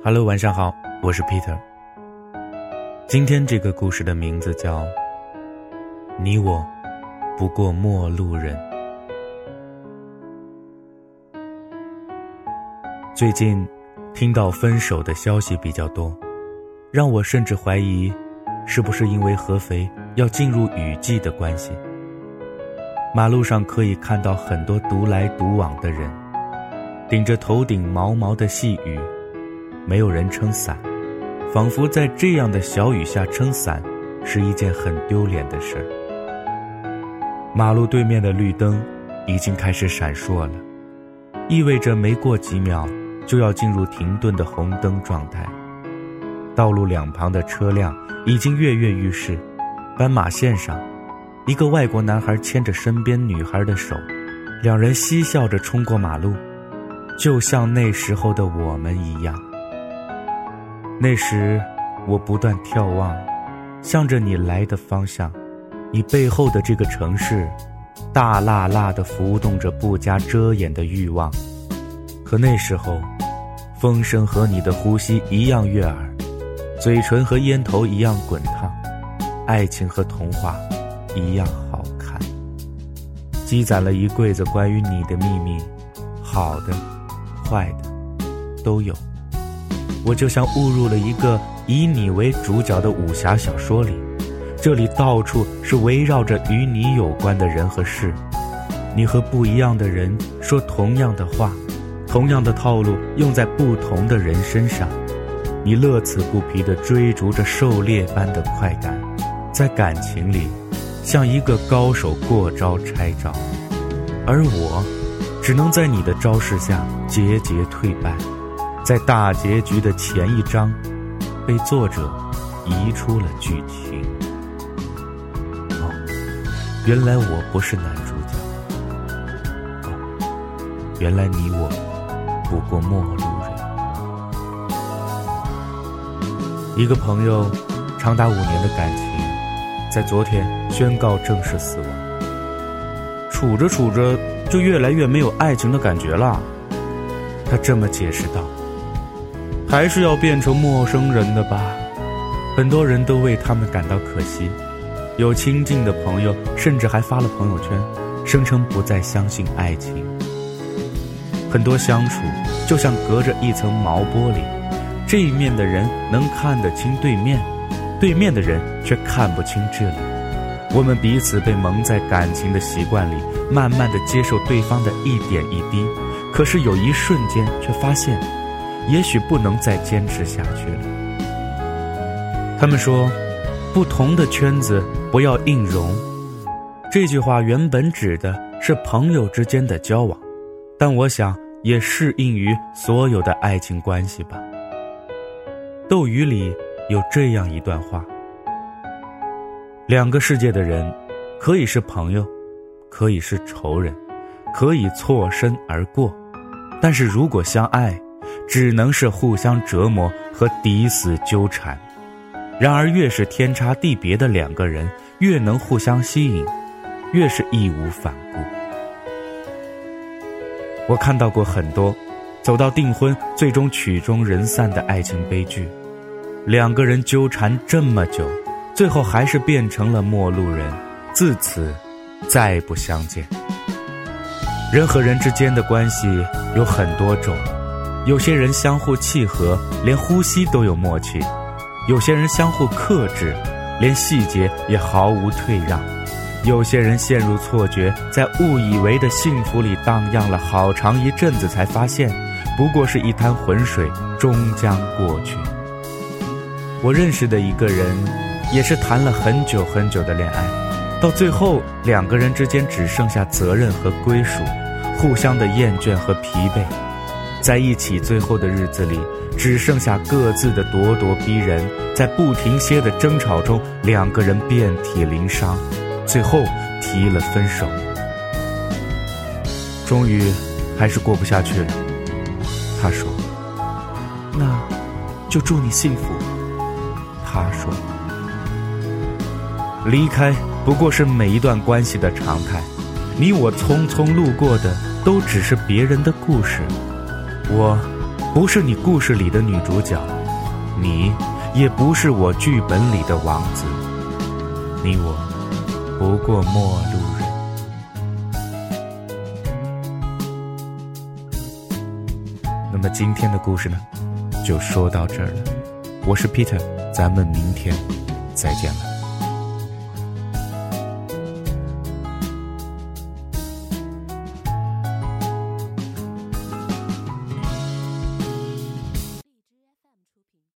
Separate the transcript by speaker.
Speaker 1: Hello， 晚上好，我是 Peter。今天这个故事的名字叫你我不过陌路人。最近听到分手的消息比较多，让我甚至怀疑是不是因为合肥要进入雨季的关系。马路上可以看到很多独来独往的人，顶着头顶毛毛的细雨，没有人撑伞，仿佛在这样的小雨下撑伞是一件很丢脸的事儿。马路对面的绿灯已经开始闪烁了，意味着没过几秒就要进入停顿的红灯状态。道路两旁的车辆已经跃跃欲试，斑马线上，一个外国男孩牵着身边女孩的手，两人嬉笑着冲过马路，就像那时候的我们一样。那时我不断眺望，向着你来的方向，你背后的这个城市大辣辣地浮动着不加遮掩的欲望。可那时候风声和你的呼吸一样悦耳，嘴唇和烟头一样滚烫，爱情和童话一样好看。积攒了一柜子关于你的秘密，好的坏的都有。我就像误入了一个以你为主角的武侠小说里，这里到处是围绕着与你有关的人和事，你和不一样的人说同样的话，同样的套路用在不同的人身上，你乐此不疲地追逐着狩猎般的快感，在感情里像一个高手过招拆招，而我只能在你的招式下节节退败，在大结局的前一章被作者移出了剧情。原来我不是男主角。原来你我不过陌路人。一个朋友长达5年的感情，在昨天宣告正式死亡。处着处着就越来越没有爱情的感觉了，他这么解释道。还是要变成陌生人的吧。很多人都为他们感到可惜，有亲近的朋友甚至还发了朋友圈，声称不再相信爱情。很多相处就像隔着一层毛玻璃，这一面的人能看得清对面，对面的人却看不清这里。我们彼此被蒙在感情的习惯里，慢慢地接受对方的一点一滴，可是有一瞬间却发现也许不能再坚持下去了。他们说，不同的圈子不要硬融。这句话原本指的是朋友之间的交往，但我想也适应于所有的爱情关系吧。斗鱼里有这样一段话：两个世界的人，可以是朋友，可以是仇人，可以错身而过，但是如果相爱，只能是互相折磨和抵死纠缠。然而越是天差地别的两个人，越能互相吸引，越是义无反顾。我看到过很多走到订婚最终曲终人散的爱情悲剧，两个人纠缠这么久，最后还是变成了陌路人，自此再不相见。人和人之间的关系有很多种，有些人相互契合，连呼吸都有默契；有些人相互克制，连细节也毫无退让；有些人陷入错觉，在误以为的幸福里荡漾了好长一阵子，才发现不过是一滩浑水，终将过去。我认识的一个人也是谈了很久很久的恋爱，到最后两个人之间只剩下责任和归属，互相的厌倦和疲惫。在一起最后的日子里，只剩下各自的咄咄逼人，在不停歇的争吵中，两个人遍体鳞伤，最后提了分手。终于还是过不下去了，他说，那就祝你幸福。他说，离开不过是每一段关系的常态，你我匆匆路过的都只是别人的故事，我不是你故事里的女主角，你也不是我剧本里的王子，你我不过陌路人。那么今天的故事呢，就说到这儿了。我是 Peter，咱们明天再见了。